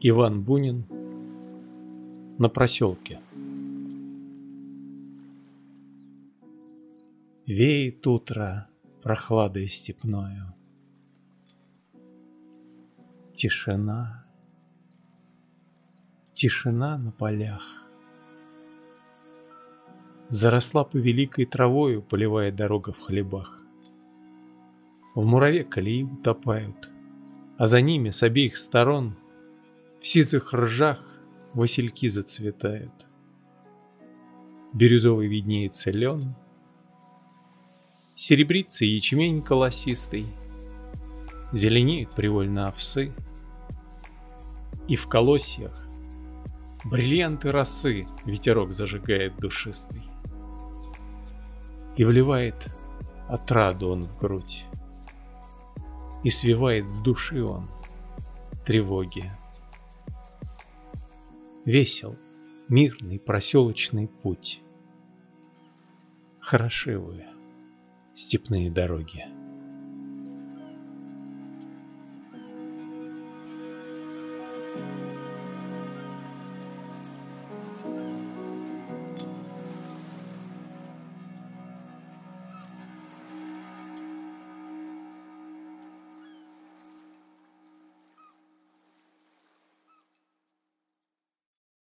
Иван Бунин на проселке. Веет утро прохладой степною. Тишина, тишина на полях. Заросла по великой травою полевая дорога в хлебах. В мураве колеи утопают, а за ними с обеих сторон в сизых ржах васильки зацветают. Бирюзовый виднеется лен, серебрится ячмень колосистый, зеленеют привольно овсы, и в колосьях бриллианты росы ветерок зажигает душистый. И вливает отраду он в грудь, и свивает с души он тревоги. Весел, мирный проселочный путь. Хороши вы, степные дороги.